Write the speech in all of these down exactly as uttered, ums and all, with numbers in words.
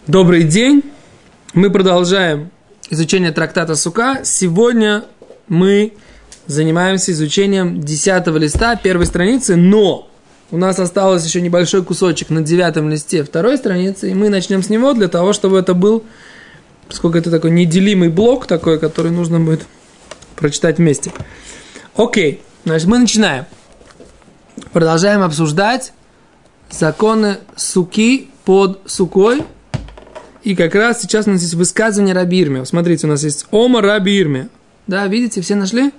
Добрый день. Мы продолжаем изучение трактата Сука. Сегодня мы занимаемся изучением десятого листа первой страницы, но у нас осталось еще небольшой кусочек на девятом листе второй страницы, и мы начнем с него для того, чтобы это был, поскольку это такой неделимый блок такой, который нужно будет прочитать вместе. Окей, значит, мы начинаем. Продолжаем обсуждать законы суки под сукой. И как раз сейчас у нас есть высказывание Раби Ирмия. Смотрите, у нас есть Ома Раби Ирмия. Да, видите, все нашли?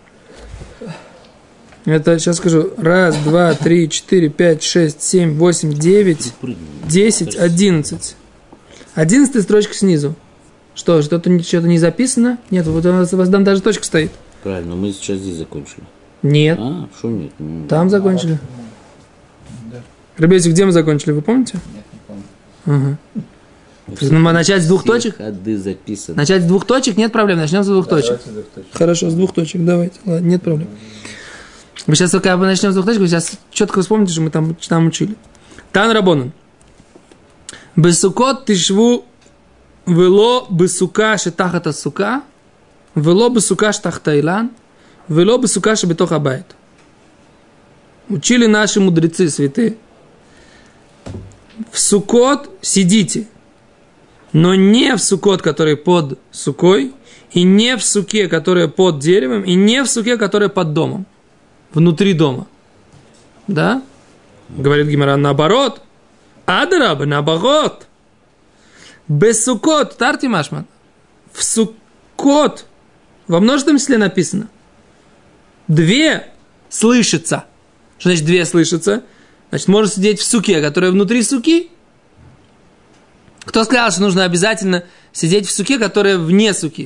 Это, сейчас скажу, раз, два, три, четыре, пять, шесть, семь, восемь, девять, десять, одиннадцать. Одиннадцатая строчка снизу. Что, что-то, что-то не записано? Нет, вот у вас, у вас там даже точка стоит. Правильно, мы сейчас здесь закончили. Нет. А, что нет? Там закончили. Да. Ребята, где мы закончили, вы помните? Нет, не помню. Ага. Ну, начать с двух точек? Ходы записаны. Начать с двух точек? Нет проблем, начнем с двух Да, точек. с двух точек. Хорошо, с двух точек, давайте. Ладно, нет проблем. Мы сейчас только начнем с двух точек, вы сейчас четко вспомните, что мы там, там учили. Тан Рабонан. Бесукот тишву вело бесука шетахата сука, вело бесука штахтайлан, вело бесука шебетох абайт. Учили наши мудрецы святые. В сукот сидите, но не в сукот, который под сукой, и не в суке, которая под деревом, и не в суке, которая под домом, внутри дома. Да? Говорит Гемара, наоборот. Адараба, наоборот. Без сукот, тарти машман. В сукот, во множественном числе написано. Две слышится. Что значит две слышится? Значит, можно сидеть в суке, которая внутри суки. Кто сказал, что нужно обязательно сидеть в суке, которая вне суки?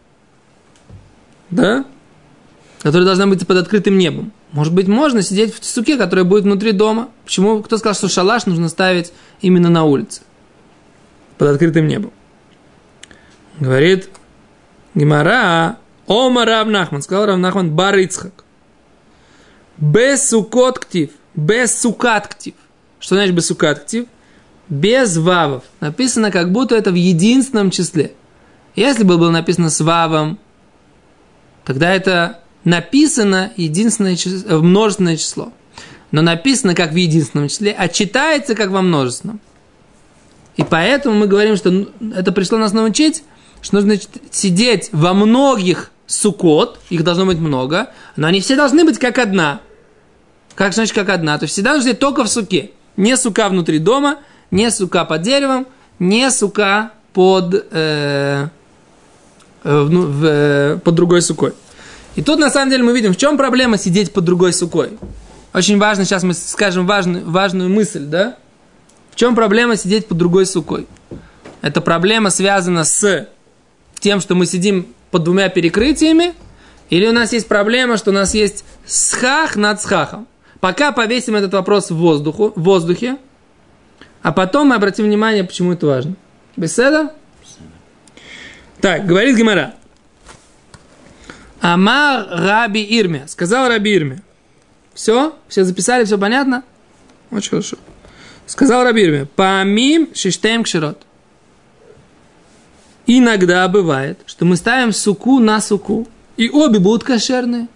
Да? Которая должна быть под открытым небом. Может быть, можно сидеть в суке, которая будет внутри дома. Почему? Кто сказал, что шалаш нужно ставить именно на улице? Под открытым небом. Говорит Гемара, Ома Рав Нахман. Сказал Рав Нахман, бар Ицхак. Без сукот ктив. Без сукат ктив. Что значит без сукат ктив? Без вавов. Написано, как будто это в единственном числе. Если бы было написано с вавом, тогда это написано единственное число, множественное число. Но написано как в единственном числе, а читается как во множественном. И поэтому мы говорим, что это пришло нас научить, что нужно сидеть во многих сукот, их должно быть много, но они все должны быть как одна. Как значит как одна? То есть всегда нужно сидеть только в суке. Не сука внутри дома, не сука под деревом, не сука под, э, в, в, э, под другой сукой. И тут, на самом деле, мы видим, в чем проблема сидеть под другой сукой. Очень важно, сейчас мы скажем важную, важную мысль, да? В чем проблема сидеть под другой сукой? Эта проблема связана с тем, что мы сидим под двумя перекрытиями, или у нас есть проблема, что у нас есть схах над схахом. Пока повесим этот вопрос в, воздуху, в воздухе, а потом мы обратим внимание, почему это важно. Беседа? Так, говорит Гемара. Амар Раби Ирмия. Сказал Раби Ирмия. Все? Все записали? Все понятно? Очень хорошо. Сказал Раби Ирмия. Памим шиштем кширот. Иногда бывает, что мы ставим суку на суку, и обе будут кошерные.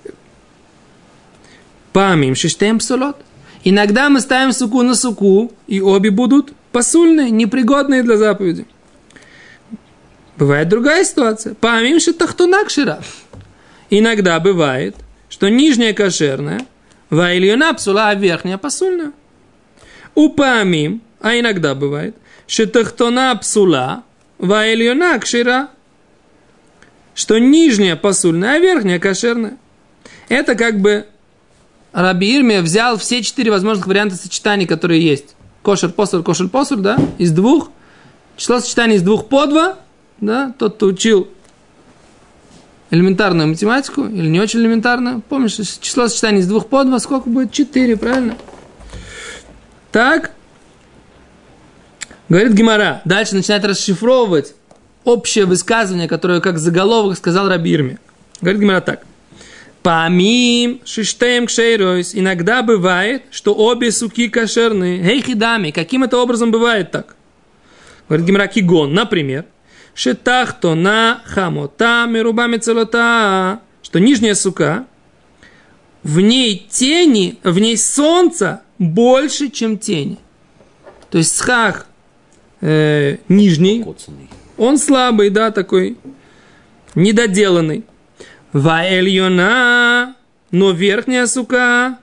Памим шиштем псулот. Иногда мы ставим суку на суку, и обе будут пасульные, непригодные для заповеди. Бывает другая ситуация. Памим шитахтуна кшира. Иногда бывает, что нижняя кошерная, ваильона псула, а верхняя пасульная. Упамим, а иногда бывает, шитахтуна псула, ваильона кшира. Что нижняя пасульная, а верхняя кошерная. Это как бы Раби Ирмия взял все четыре возможных варианта сочетаний, которые есть. Кошер, посур, кошер, посур, да, из двух. Число сочетаний из двух по два, да, тот, кто учил элементарную математику, или не очень элементарную, помнишь, число сочетаний из двух по два, сколько будет? Четыре, правильно? Так, говорит Гемара, дальше начинает расшифровывать общее высказывание, которое как заголовок сказал Раби Ирмия. Говорит Гемара так. Памим шиштем кшейройс. Иногда бывает, что обе суки кошерные. Хейхидами. Каким это образом бывает так? Говорит Гемара Кигон, например, шетахтона хамота мерубами целота, что нижняя сука, в ней тени, в ней солнца больше, чем тени. То есть схах э, нижний, Коцанный. он слабый, да, такой недоделанный. Ваэльона, но верхняя сука,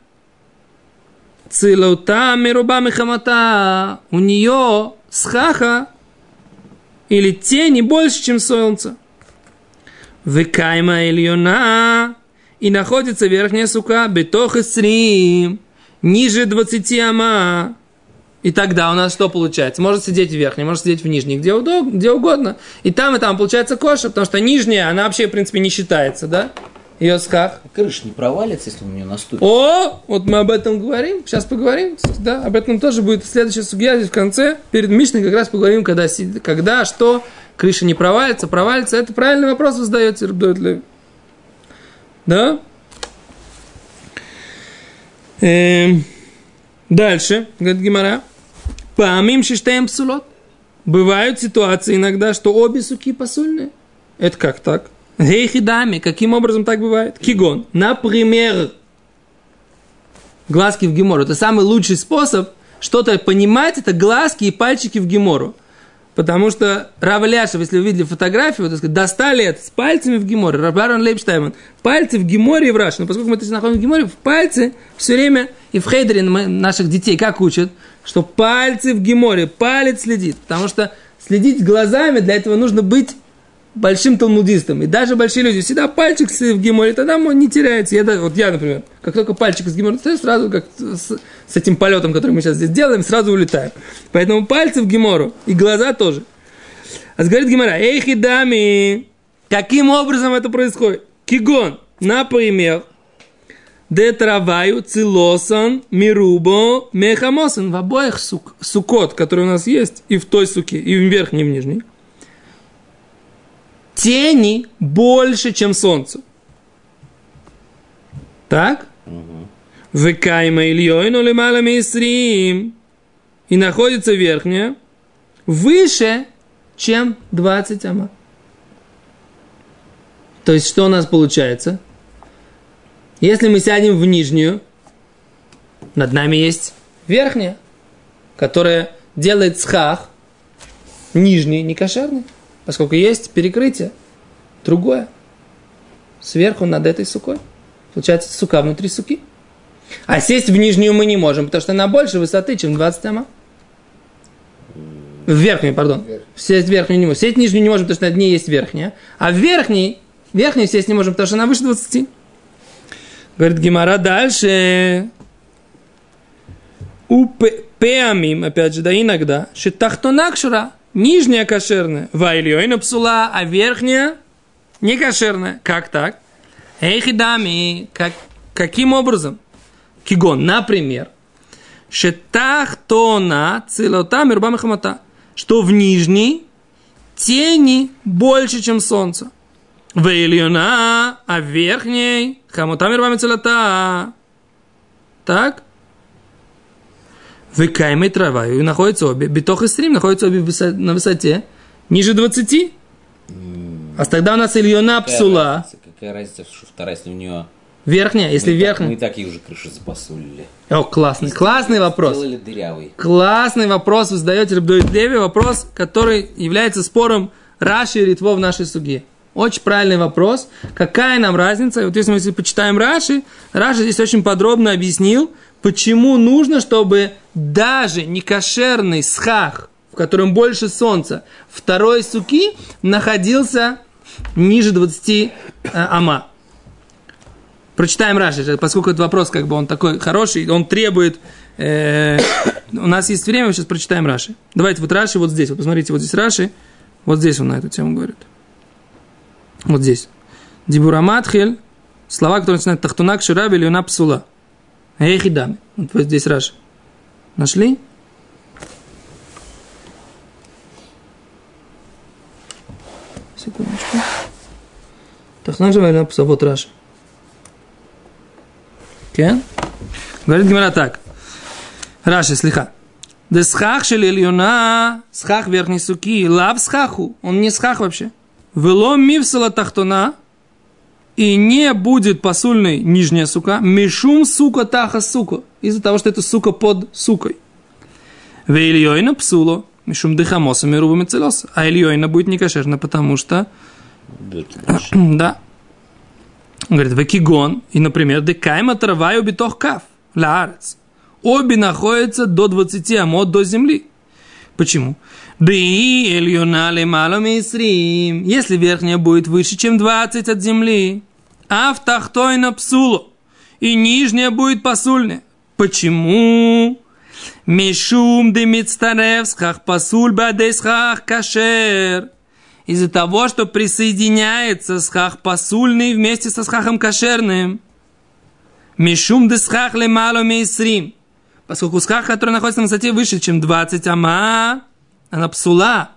целота мерубами хамата, у нее схаха или тени больше, чем солнце. Векайма эльона, и находится верхняя сука бетох исрим, ниже двадцати ама. И тогда у нас что получается? Может сидеть в верхней, может сидеть в нижней, где, удоб, где угодно. И там, и там получается коша, потому что нижняя, она вообще, в принципе, не считается, да? Ее сках. Крыша не провалится, если он на нее наступит. О, вот мы об этом говорим, сейчас поговорим, да, об этом тоже будет следующая судья здесь в конце, перед Мишной как раз поговорим, когда, когда, что, крыша не провалится, провалится, это правильный вопрос вы задаете, Рабдой. Да? Эм, дальше, говорит Гемара, памим шиштаем псулот, бывают ситуации иногда, что обе суки посульные, это как так? Гейхидами, каким образом так бывает? Кигон, например, глазки в гемору. Это самый лучший способ что-то понимать, это глазки и пальчики в гемору. Потому что Рав Эляшев, если вы видели фотографию, так сказать, до ста лет с пальцами в геморе, Рав Барон Лейбштейн, пальцы в геморе и в Раши. Но поскольку мы здесь находимся в геморе, в пальцы все время, и в хейдере наших детей как учат, что пальцы в геморе, палец следит. Потому что следить глазами, для этого нужно быть большим талмудистом. И даже большие люди, всегда пальчик в геморе, тогда он не теряется. Я, вот я, например, как только пальчик из гемора, сразу как с, с этим полетом, который мы сейчас здесь делаем, сразу улетаем. Поэтому пальцы в гемору и глаза тоже. А говорит Гемара, эй, хидами, каким образом это происходит? Кигон, например, де траваю цилосан мирубо мехамосан, в обоих сук, сукот, которые у нас есть, и в той суке, и в верхней, и в нижней, тени больше, чем солнце. Так? Векайма ильёйну лемала мисрим. И находится верхняя выше, чем двадцать ама. То есть, что у нас получается? Если мы сядем в нижнюю, над нами есть верхняя, которая делает схах, нижний, не кошерный. Поскольку есть перекрытие другое сверху над этой сукой. Получается сука внутри суки. А сесть в нижнюю мы не можем, потому что она больше высоты, чем двадцать ама. В верхнюю, пардон. Сесть в верхнюю не можем. Сесть в нижнюю не можем, потому что над ней есть верхняя. А в верхней, верхней сесть не можем, потому что она выше двадцати. Говорит Гемара дальше. У пеамим, опять же, да иногда, шитахтонакшура. Нижняя кошерная, вайльёйна псула, а верхняя не кошерная. Как так? Эйхидами, как, каким образом? Кигон, например, шетахтона целота мирубами хамата, что в нижней тени больше, чем солнце. Вайльёна, а в верхней хамата мирубами целота. Так? Выкаймой трава, и находятся обе. Бетох и стрим находятся обе на высоте ниже двадцати. Mm. А тогда у нас ильона псула. Какая разница, что вторая, если у нее... Верхняя, если мы верхняя. Так, мы и так ей уже крышу запасулили. О, классный, классный вопрос. Сделали дырявый. Классный вопрос вы задаете Рабдой Леви, вопрос, который является спором Раши и Ритво в нашей суге. Очень правильный вопрос. Какая нам разница? И вот если мы если почитаем Раши, Раши здесь очень подробно объяснил, почему нужно, чтобы даже некошерный схах, в котором больше солнца, второй суки находился ниже двадцати э, ама. Прочитаем Раши, поскольку этот вопрос как бы он такой хороший, он требует... Э, у нас есть время, сейчас прочитаем Раши. Давайте вот Раши вот здесь. Вот посмотрите, вот здесь Раши. Вот здесь он на эту тему говорит. Вот здесь. Дибураматхель. Слова, которые начинают тахтунак, шираби, льюна, псула. Эйхидами. Вот здесь Раши. Нашли? Секундочку. Тахтунак, шираби, льюна, псула. Вот Раши. Кен? Говорит Гемара так. Раши, слиха. Да схах шелильона, схах верхней суки, лав схаху, он не схах вообще. Вело мивсала тахтона, и не будет посульной нижняя сука, мишум сука таха сука, из-за того, что это сука под сукой. Веильёйна псуло, мишум дыхамоса мируба мецелоса, а ильёйна будет некошерна, потому что... Да. Он говорит, векигон, и, например, декайма траваю битох каф, лаарец. Обе находятся до двадцати амот до земли. Почему? Если верхняя будет выше, чем двадцать от земли, а в тахтойна псуло, и нижняя будет посульная. Почему? Мишум демицтарев схах пасуль бадей схах кашер. Из-за того, что присоединяется схах пасульный вместе со схахом кашерным. Мишум де схах лемало мейсрим. Поскольку схах, который находится на высоте выше, чем двадцать ама, она псула.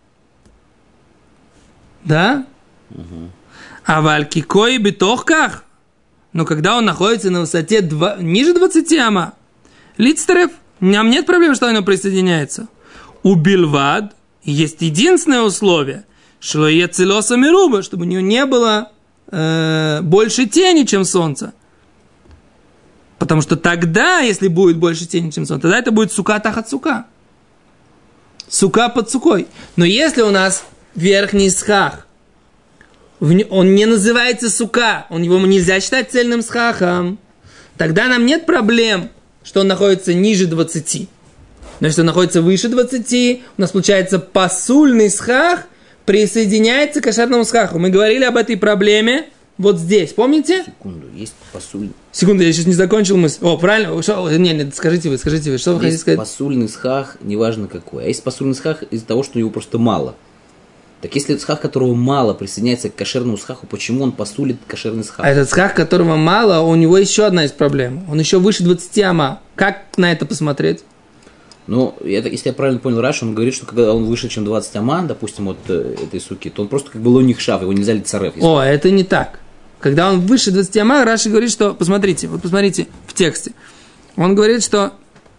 Да? Угу. А валькикой битохках, но когда он находится на высоте два, ниже двадцати ама, лицтерев, нам нет проблем, что оно присоединяется. У бильвад есть единственное условие, что е целоса мируба, чтобы у нее не было э, больше тени, чем солнце. Потому что тогда, если будет больше тени, чем солнце, тогда это будет сука тахат сука. Сука под сукой. Но если у нас верхний схах, он не называется сука, он его нельзя считать цельным схахом, тогда нам нет проблем, что он находится ниже двадцати. Но если он находится выше двадцати, у нас получается пасульный схах присоединяется к кошерному схаху. Мы говорили об этой проблеме вот здесь, помните? Секунду, есть пасуль. Секунду, я сейчас не закончил мысль. О, правильно? Что? Не, не, скажите вы, скажите вы, что вы хотите сказать? Пасульный схах, неважно какой. А есть пасульный схах из-за того, что его просто мало. Так если схах, которого мало, присоединяется к кошерному схаху, почему он пасулит кошерный схах? А этот схах, которого мало, у него еще одна из проблем. Он еще выше двадцати ама. Как на это посмотреть? Ну, это, если я правильно понял Раши, он говорит, что когда он выше, чем двадцать ама, допустим, от э, этой суки, то он просто как бы лоних шав, его нельзя лицарев. О, это не так. Когда он выше двадцати ама, Раши говорит, что, посмотрите, вот посмотрите в тексте. Он говорит, что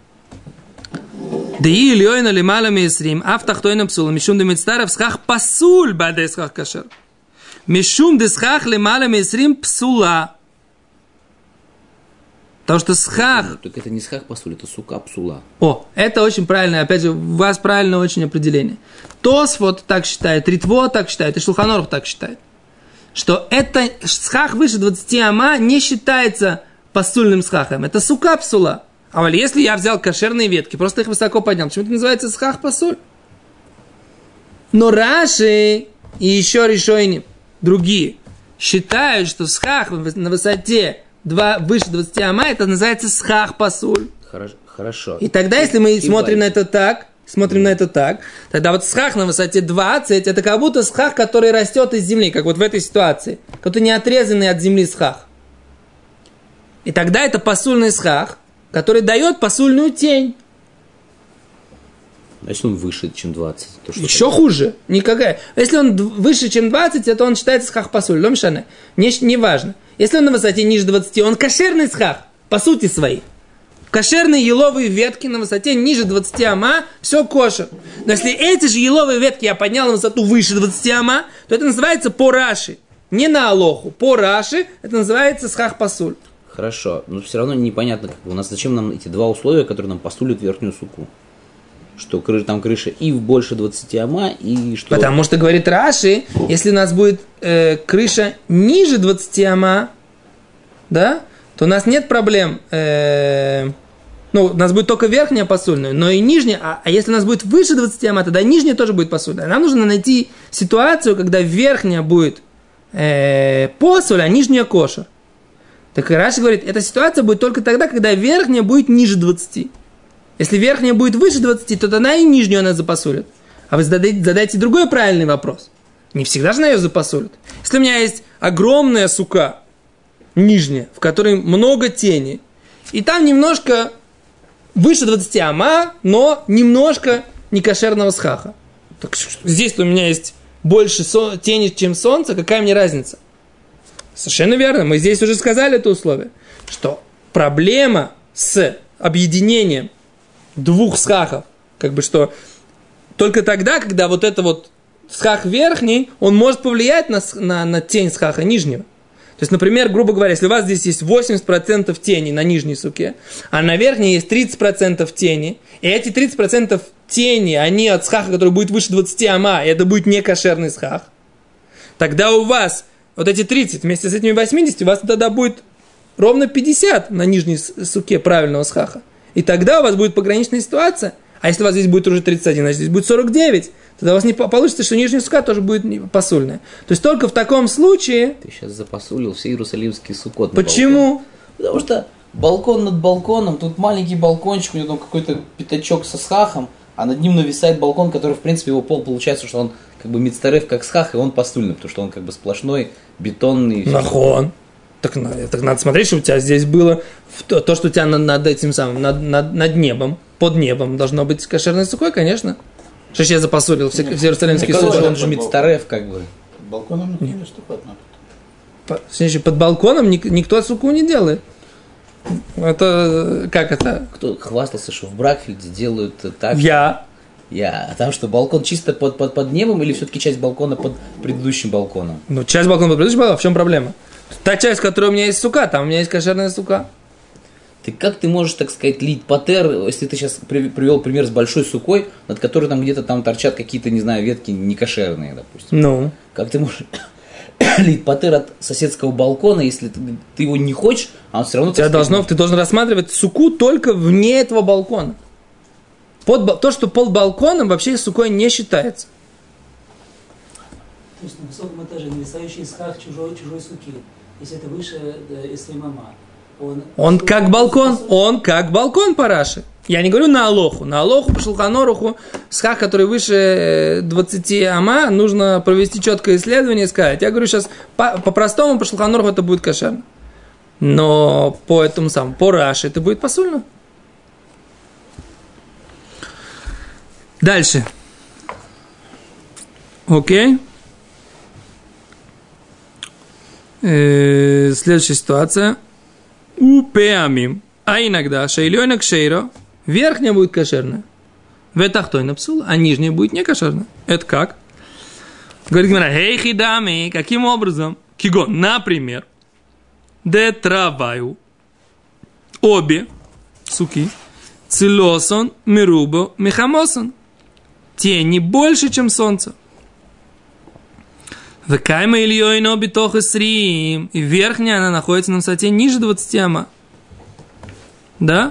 Деи ильёйна лимала мейсрим, автахтойна псула, мишум демицтарев схах пасуль бадей схах кашер. Мишум десхах лимала мейсрим псула. Потому что схах... Ну, так это не схах пасуль, это сука псула. О, это очень правильно, опять же, у вас правильное очень определение. Тосфот так считает, Ритво так считает, и Шулхан Арух так считает. Что это схах выше двадцати ама не считается пасульным схахом. Это сука псула. А вот если я взял кошерные ветки, просто их высоко поднял, почему это называется схах пасуль? Но Раши и еще решойни, другие, считают, что схах на высоте два, выше двадцати ама, это называется схах пасуль. Хорошо. И тогда, если мы смотрим на это так, смотрим на это так, тогда вот схах на высоте двадцать, это как будто схах, который растет из земли, как вот в этой ситуации, который не отрезанный от земли схах. И тогда это пасульный схах, который дает пасульную тень. А если он выше, чем двадцать? То что еще такое? Хуже. Никакая. Если он выше, чем двадцать, это он считается схах пасуль. Ломшане. Не, не важно. Если он на высоте ниже двадцати, он кошерный схах, по сути своей. Кошерные еловые ветки на высоте ниже двадцати ама, все кошер. Но если эти же еловые ветки я поднял на высоту выше двадцати ама, то это называется по Раши. Не на Алоху. По Раши это называется схах пасуль. Хорошо, но все равно непонятно, как бы, у нас зачем нам эти два условия, которые нам пасулят верхнюю суку. Что крыша, там крыша и в больше двадцати ама, и что... Потому что, говорит Раши, если у нас будет э, крыша ниже двадцати ама, да, то у нас нет проблем. Э, ну, у нас будет только верхняя пасульная, но и нижняя. А, а если у нас будет выше двадцати ама, тогда нижняя тоже будет пасульная. Нам нужно найти ситуацию, когда верхняя будет э, посуль, а нижняя кошер. Так Раши говорит, эта ситуация будет только тогда, когда верхняя будет ниже двадцати. Если верхняя будет выше двадцати, то тогда и нижнюю она запасулит. А вы задайте, задайте другой правильный вопрос. Не всегда же она ее запасулит. Если у меня есть огромная сука, нижняя, в которой много тени, и там немножко выше двадцати ама, но немножко некошерного схаха. Так здесь у меня есть больше со- тени, чем солнце, какая мне разница? Совершенно верно. Мы здесь уже сказали это условие, что проблема с объединением двух схахов, как бы что, только тогда, когда вот это вот схах верхний, он может повлиять на, на, на тень схаха нижнего. То есть, например, грубо говоря, если у вас здесь есть восемьдесят процентов тени на нижней суке, а на верхней есть тридцать процентов тени, и эти тридцать процентов тени, они от схаха, который будет выше двадцати ама, и это будет не кошерный схах, тогда у вас вот эти тридцать вместе с этими восьмидесятью, у вас тогда будет ровно пятьдесят на нижней суке правильного схаха. И тогда у вас будет пограничная ситуация. А если у вас здесь будет уже тридцать один, значит здесь будет сорок девять, тогда у вас не получится, что нижняя сука тоже будет посульная. То есть только в таком случае... Ты сейчас запосулил все иерусалимские суккот. Почему? Потому что балкон над балконом, тут маленький балкончик, у него там какой-то пятачок со схахом, а над ним нависает балкон, который, в принципе, его пол получается, что он как бы мицтареф как схах, и он посульный, потому что он как бы сплошной, бетонный. Нахон. Так, так надо смотреть, что у тебя здесь было то, то что у тебя над, над этим самым, над, над, над небом, под небом должно быть кошерной сукой, конечно. Что я запосолил все, все иерусалимские сукот. Он же мицтареф как бы. Под балконом никто не выступает надо. По, значит, под балконом ник, никто суку не делает. Это, как это? Кто хвастался, что в Бракфельде делают так? Я. Я. А там что, балкон чисто под, под, под небом или все-таки часть балкона под предыдущим балконом? Ну, часть балкона под предыдущим балконом, в чем проблема? Та часть, в которой у меня есть сука, там у меня есть кошерная сука. Ты как ты можешь, так сказать, лить патер, если ты сейчас привел пример с большой сукой, над которой там где-то там торчат какие-то, не знаю, ветки некошерные, допустим. Ну. Как ты можешь лить патер от соседского балкона, если ты, ты его не хочешь, а он все равно... Тебя должно, ты должен рассматривать суку только вне этого балкона. Под, то, что под балконом, вообще сукой не считается. То есть на высоком этаже нависающий схах чужой, чужой суки, если это выше эсвимама, он... Он как балкон, он как балкон по Раши. Я не говорю на Алоху. На Алоху, по Шулхан Аруху, схах, который выше двадцати ама, нужно провести четкое исследование и сказать. Я говорю сейчас, по- по-простому, по Шулхан Аруху это будет кошерно. Но по этому самому, по Раши это будет посульно. Дальше. Окей. Э, следующая ситуация. У пеамим. А иногда шейлёйна кшейро. Верхняя будет кошерная. Ветахтойна псула. А нижняя будет не кошерная. Это как? Говорит Гемара. Хей хидами. Каким образом? Кигон. Например. Де траваю. Обе суки. Цилосон мирубо мехамосон. Тени больше, чем солнце. Векайма ильёйно битох эсрим. И верхняя, она находится на высоте ниже двадцати ама. Да?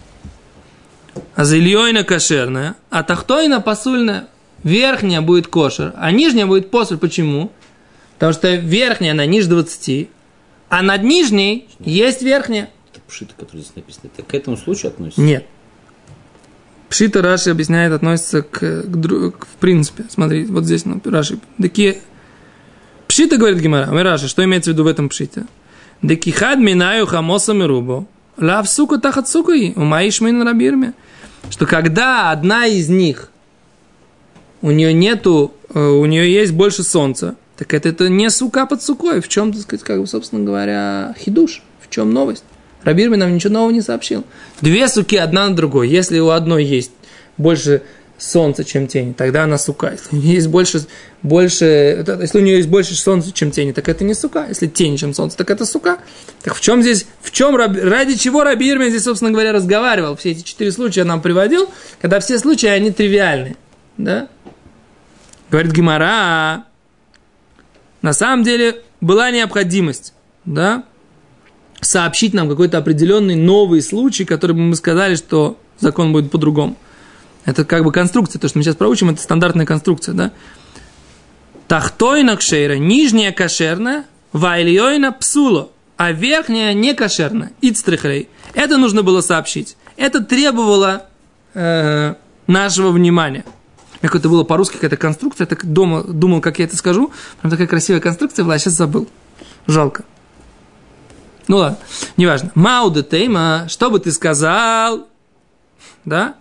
А за ильёйна кошерная, а тахтойна посульная. Верхняя будет кошер, а нижняя будет посуль. Почему? Потому что верхняя, она ниже двадцати, а над нижней есть верхняя. Это пшита, который здесь написано. Это к этому случаю относится? Нет. Пшита Раши объясняет, относится к, к, к в принципе. Смотри, вот здесь ну, Раши. Такие... Пшита, говорит Гемара, Раши, что имеется в виду в этом пшите? Декихад минаю хамоса мирубо. Лав сука тахат сукаи. Умаиш мин рабирме. Что когда одна из них, у нее нету, у нее есть больше солнца, так это, это не сука под сукой. В чем, так сказать, как бы, собственно говоря, хидуш? В чем новость? Рабирме нам ничего нового не сообщил. Две суки одна на другой. Если у одной есть больше солнца, чем тени, тогда она сука. Если у нее есть больше, больше, если у нее есть больше солнца, чем тени, так это не сука. Если тени, чем солнце, так это сука. Так в чем здесь, в чем, ради чего Рабирме здесь, собственно говоря, разговаривал? Все эти четыре случая нам приводил, когда все случаи, они тривиальны. Да? Говорит Гемара, на самом деле была необходимость, да, сообщить нам какой-то определенный новый случай, который бы мы сказали, что закон будет по-другому. Это как бы конструкция, то, что мы сейчас проучим, это стандартная конструкция, да? Тахтойна кшейра, нижняя кошерная, вайльёйна псуло, а верхняя не кошерная, ицтрихрей. Это нужно было сообщить. Это требовало э, нашего внимания. Как это было по-русски, какая-то конструкция, я так дома думал, как я это скажу. Прям такая красивая конструкция была, а сейчас забыл. Жалко. Ну ладно, неважно. Мауде тейма, что бы ты сказал? Да?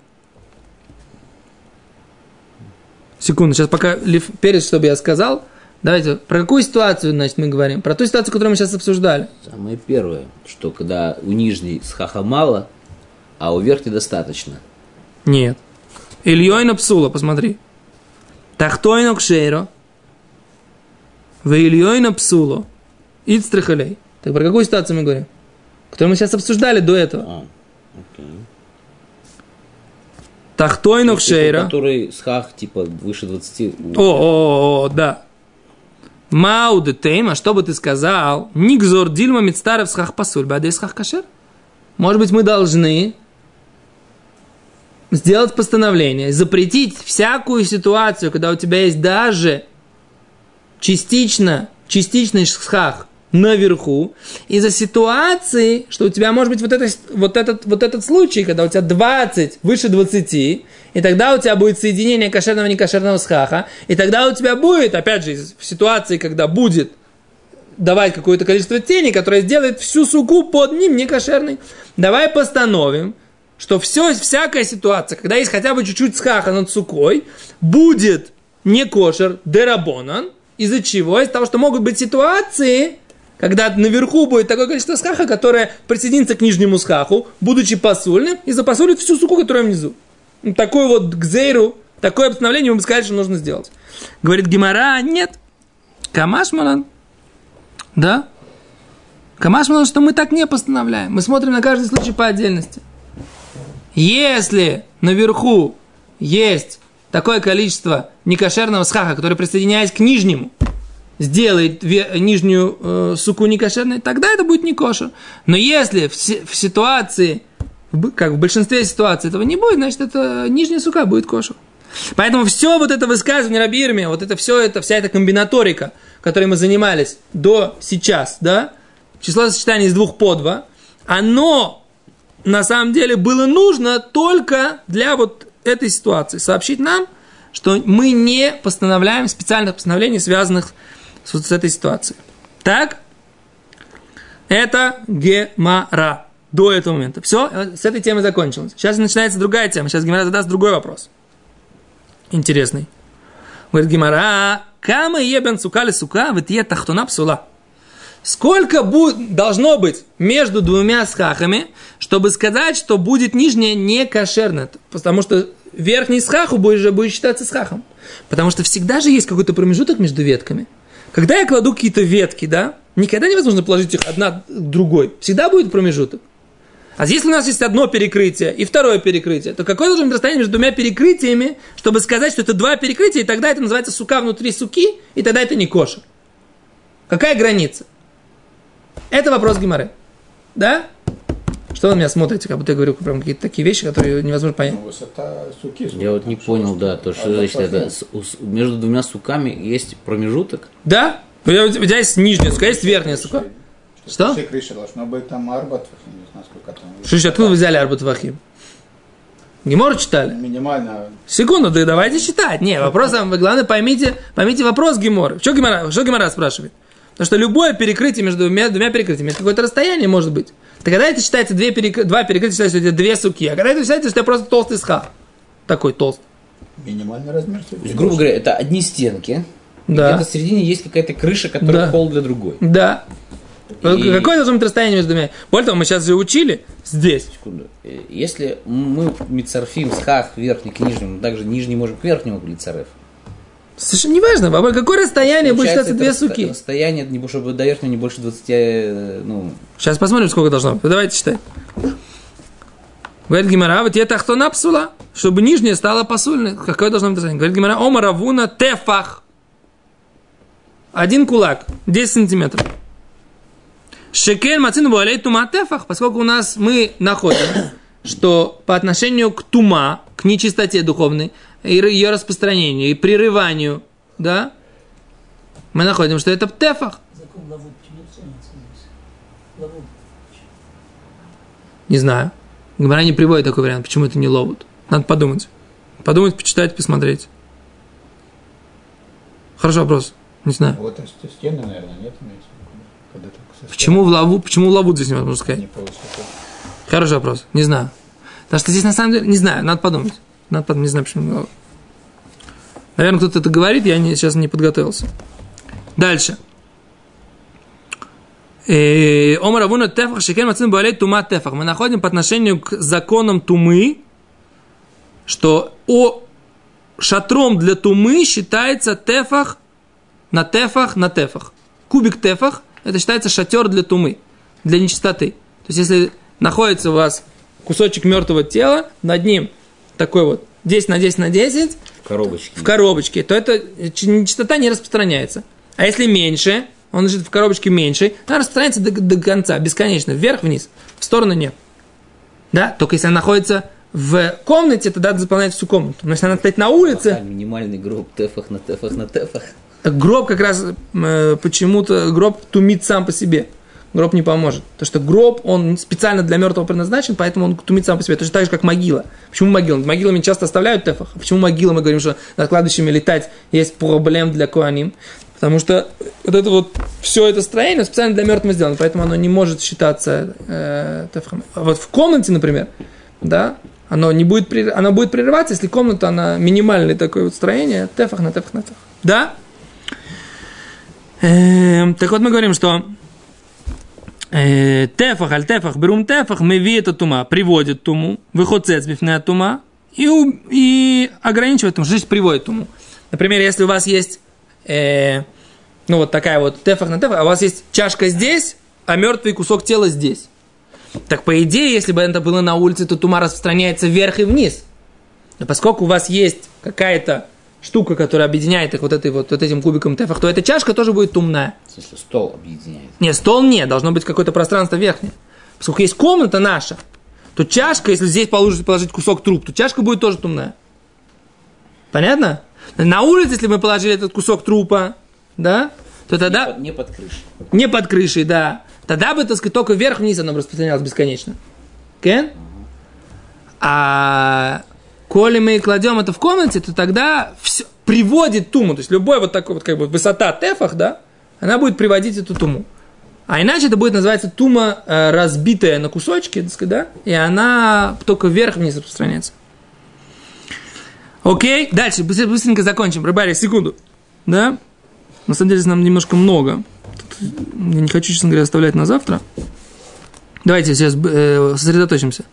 Секунду, сейчас пока перед, чтобы я сказал. Давайте, про какую ситуацию, значит, мы говорим? Про ту ситуацию, которую мы сейчас обсуждали. Самое первое, что когда у нижней схаха мало, а у верхней достаточно. Нет. Ильёйна псула, посмотри. Тахтойна кшейро. В Ильёйна псуло. Ицтрахалей. Так про какую ситуацию мы говорим? Которую мы сейчас обсуждали до этого. А, окей. Тахтойна кшейро. Который схах, типа, выше двадцати. О, о, о, да. Мауде тейма, что бы ты сказал? Никзор дильма мицтарев схах пасуль, бадей схах кашер. Может быть, мы должны сделать постановление, запретить всякую ситуацию, когда у тебя есть даже частично, частичный схах наверху, из-за ситуации, что у тебя может быть вот, это, вот, этот, вот этот случай, когда у тебя двадцать выше двадцати, и тогда у тебя будет соединение кошерного и некошерного схаха, и тогда у тебя будет, опять же, в ситуации, когда будет давать какое-то количество тени, которое сделает всю суку под ним некошерной. Давай постановим, что все, всякая ситуация, когда есть хотя бы чуть-чуть схаха над сукой, будет не кошер, дерабонан, из-за чего? Из-за того, что могут быть ситуации, когда наверху будет такое количество схаха, которое присоединится к нижнему схаху, будучи пасульным, и запасулит всю суку, которая внизу. Такую вот гзейру, такое постановление мы бы сказали, что нужно сделать. Говорит Гемара, нет. Камашмалан. Да? Камашмалан, что мы так не постановляем. Мы смотрим на каждый случай по отдельности. Если наверху есть такое количество некошерного схаха, который, присоединяясь к нижнему, сделает нижнюю э, суку некошерной, тогда это будет не кошер. Но если в, в ситуации, в, как в большинстве ситуаций этого не будет, значит, это нижняя сука будет кошер. Поэтому все вот это высказывание Раби Ирмия, вот это все, это, вся эта комбинаторика, которой мы занимались до сейчас, да, число сочетаний из двух по два, оно на самом деле было нужно только для вот этой ситуации. Сообщить нам, что мы не постановляем специальных постановлений, связанных с, с этой ситуацией. Так? Это Гемара. До этого момента. Все, с этой темой закончилось. Сейчас начинается другая тема. Сейчас Гемара задаст другой вопрос. Интересный. Говорит Гемара, кама ебен сукали сука, ведь е тахтуна псула. Сколько будет, должно быть между двумя схахами, чтобы сказать, что будет нижняя не кошерная? Потому что верхний схах будет, будет считаться схахом. Потому что всегда же есть какой-то промежуток между ветками. Когда я кладу какие-то ветки, да, никогда невозможно положить их одна к другой. Всегда будет промежуток. А если у нас есть одно перекрытие и второе перекрытие, то какое должно быть расстояние между двумя перекрытиями, чтобы сказать, что это два перекрытия, и тогда это называется сука внутри суки, и тогда это не кошер? Какая граница? Это вопрос Гемары. Да? Что вы на меня смотрите, как будто я говорю прям какие-то такие вещи, которые невозможно понять. Ну, высота суки. Я вот не понял, да, то, что значит, это, между двумя суками есть промежуток? Да? У тебя есть нижняя сука, есть верхняя сука. Что? Все крыши должно быть там арбат, не знаю, сколько там. Что ж, откуда вы взяли арбат вахим? Гемору читали? Минимально. Секунду, да давайте читать. Не, вопрос, вы главное поймите, поймите вопрос Геморы. Что Гемора, что Гемора спрашивает? Потому что любое перекрытие между двумя, двумя перекрытиями, это какое-то расстояние может быть. Так когда это считается две перек... два перекрытия, считается, что это две суки, а когда это считается, что это просто толстый схах. Такой толстый. Минимальный размер. То есть, грубо говоря, это одни стенки. Да. Где-то в середине есть какая-то крыша, которая да. пол для другой. Да. И... Какое должно быть расстояние между двумя? Более того, мы сейчас же учили здесь. Секунду. Если мы мицарфим схах верхний к нижнему, также нижний можем к верхнему лицарев. Совершенно неважно, какое расстояние будет считаться две расто... суки? Расстояние, не, чтобы до верхнего не больше двадцати, ну... Сейчас посмотрим, сколько должно быть. Давайте считать. Говорит Гемара, вот я тахтона псула, чтобы нижняя стала пасульной. Какое должно быть расстояние? Говорит Гемара, ома равуна тефах. Один кулак, десять сантиметров. Шекель мацин буалей тума тефах, поскольку у нас мы находим, что по отношению к тума, к нечистоте духовной, и ее распространению, и прерыванию, да, мы находим, что это тефах. Закон лавуд, почему это лавуд? Не знаю. Гемара не приводит такой вариант, почему это не ловут. Надо подумать. Подумать, почитать, посмотреть. Хороший вопрос. Не знаю. Вот стены, наверное, нет имеется. Почему в лаву, почему в лаву здесь невозможно сказать? Не получится. Хороший вопрос. Не знаю. Потому что здесь на самом деле, не знаю, надо подумать. Надо подумать, не знаю, почему. Наверное, кто-то это говорит, я не, сейчас не подготовился. Дальше. Омар Авуна тефах шекен мацин буалей тума тефах. Мы находим по отношению к законам тумы что о, шатром для тумы считается тефах на тефах на тефах. Кубик тефах – это считается шатер для тумы, для нечистоты. То есть, если находится у вас кусочек мертвого тела, над ним такой вот десять на десять на десять В коробочке. В коробочке, то эта нечистота не распространяется. А если меньше, он лежит в коробочке меньше, она распространяется до, до конца, бесконечно, вверх-вниз, в сторону нет. Да? Только если она находится в комнате, тогда заполняет всю комнату. Но если она стоит на улице... А, минимальный гроб тефах на тефах на тефах. Гроб как раз э, почему-то, гроб тумит сам по себе. Гроб не поможет. Потому что гроб, он специально для мертвого предназначен, поэтому он тумит сам по себе. Точно так же, как могила. Почему могила? Над могилами часто оставляют тефах. А почему могила, мы говорим, что над кладбищами летать есть проблем для коаним? Потому что вот это вот, все это строение специально для мертвых сделано, поэтому оно не может считаться э, тефахом. А вот в комнате, например, да, оно, не будет, оно будет прерываться, если комната, она минимальное такое вот строение, тефах на тефах на тефах. Да? Э, так вот мы говорим, что тефах, аль тефах, берум тефах, мы видим это тума, приводит туму, выходит бифная тума и, и ограничивает туму. Что значит приводит туму? Например, если у вас есть, э, ну вот такая вот тефах на тефах, а у вас есть чашка здесь, а мертвый кусок тела здесь. Так по идее, если бы это было на улице, то тума распространяется вверх и вниз. Но поскольку у вас есть какая-то штука, которая объединяет их вот, этой, вот, вот этим кубиком тефах, то эта чашка тоже будет тумная. В смысле, стол объединяет? Нет, стол нет, должно быть какое-то пространство верхнее. Поскольку есть комната наша, то чашка, если здесь положить, положить кусок труб, то чашка будет тоже тумная. Понятно? На улице, если мы положили этот кусок трупа, да, то тогда... Не под, не под крышей. Не под крышей, да. Тогда бы, так сказать, только вверх-вниз оно распространялось бесконечно. Okay? А коли мы кладем это в комнате, то тогда все приводит туму. То есть любой вот такой вот как бы высота тефах, да, она будет приводить эту туму. А иначе это будет называться тума э, разбитая на кусочки, так сказать, да, и она только вверх-вниз распространяется. Окей, дальше, быстренько закончим. Рыбарик, секунду. Да? На самом деле, нам немножко много. Тут я не хочу, честно говоря, оставлять на завтра. Давайте сейчас э, сосредоточимся.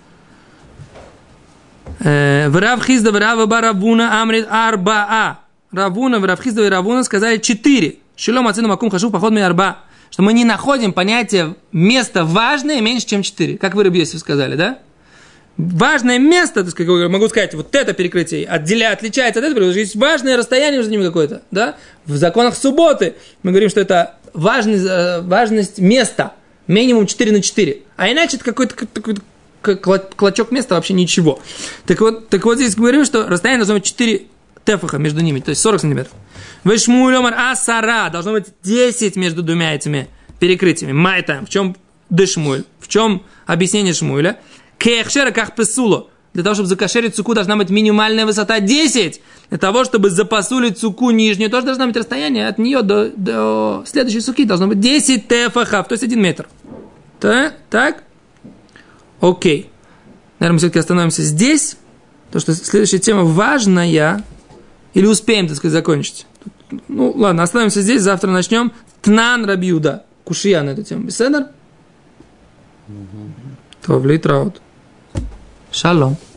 Врав Хизда, Врава Баравуна, Амрит Арбаа. Равуна, Врав Хизда и Равуна сказали четыре. Шилом Ацину Макум Хашу Поход Ми Арба. Что мы не находим понятие место важное меньше, чем четыре. Как вы, Рабби Йосеф, сказали, да? Важное место, так сказать, могу сказать, вот это перекрытие отделяет, отличается от этого, потому что есть важное расстояние между ними какое-то, да? В законах субботы мы говорим, что это важность, важность места, минимум четыре на четыре, а иначе это какой-то, какой-то клочок места, вообще ничего. Так вот, так вот здесь говорим, что расстояние должно быть четыре тефаха между ними, то есть сорок сантиметров. Вешмуэль омар асара, должно быть десять между двумя этими перекрытиями. Майтайм, в чем дешмуэль, в чем объяснение Шмуэля? Кехшера как песуло. Для того, чтобы закошерить цуку, должна быть минимальная высота десять. Для того, чтобы запасулить цуку нижнюю, тоже должно быть расстояние от нее до, до следующей цуки. Должно быть десять тефахов, то есть один метр. Так? Так? Окей. Наверное, мы все-таки остановимся здесь. Потому что следующая тема важная. Или успеем, так сказать, закончить. Ну, ладно, остановимся здесь. Завтра начнем. Тнан Рабби Юда. Кушия на эту тему. Беседер? То, влит раут. Шалом.